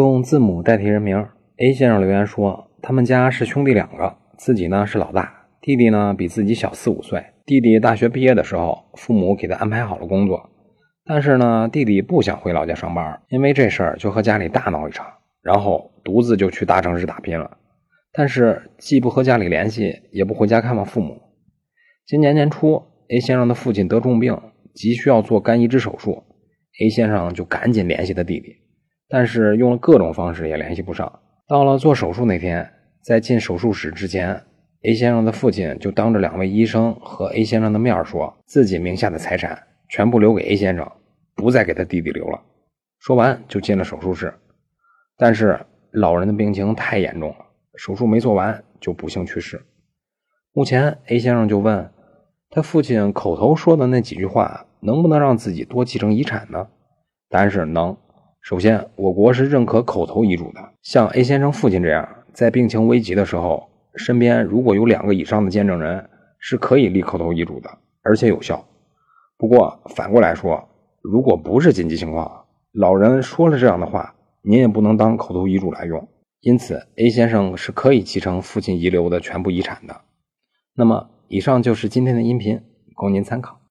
用字母代替人名。 A 先生留言说，他们家是兄弟2个，自己呢是老大，弟弟呢比自己小4、5岁。弟弟大学毕业的时候，父母给他安排好了工作，但是呢弟弟不想回老家上班，因为这事儿就和家里大闹一场，然后独自就去大城市打拼了，但是既不和家里联系，也不回家看望父母。今年年初 A 先生的父亲得重病，急需要做肝移植手术， A 先生就赶紧联系他弟弟，但是用了各种方式也联系不上。到了做手术那天，在进手术室之前， A 先生的父亲就当着2位医生和 A 先生的面说，自己名下的财产全部留给 A 先生，不再给他弟弟留了。说完就进了手术室，但是老人的病情太严重了，手术没做完就不幸去世。目前 A 先生就问，他父亲口头说的那几句话能不能让自己多继承遗产呢？答案是能。首先，我国是认可口头遗嘱的，像 A 先生父亲这样，在病情危急的时候，身边如果有2个以上的见证人，是可以立口头遗嘱的，而且有效。不过反过来说，如果不是紧急情况，老人说了这样的话，您也不能当口头遗嘱来用。因此 A 先生是可以继承父亲遗留的全部遗产的。那么以上就是今天的音频，供您参考。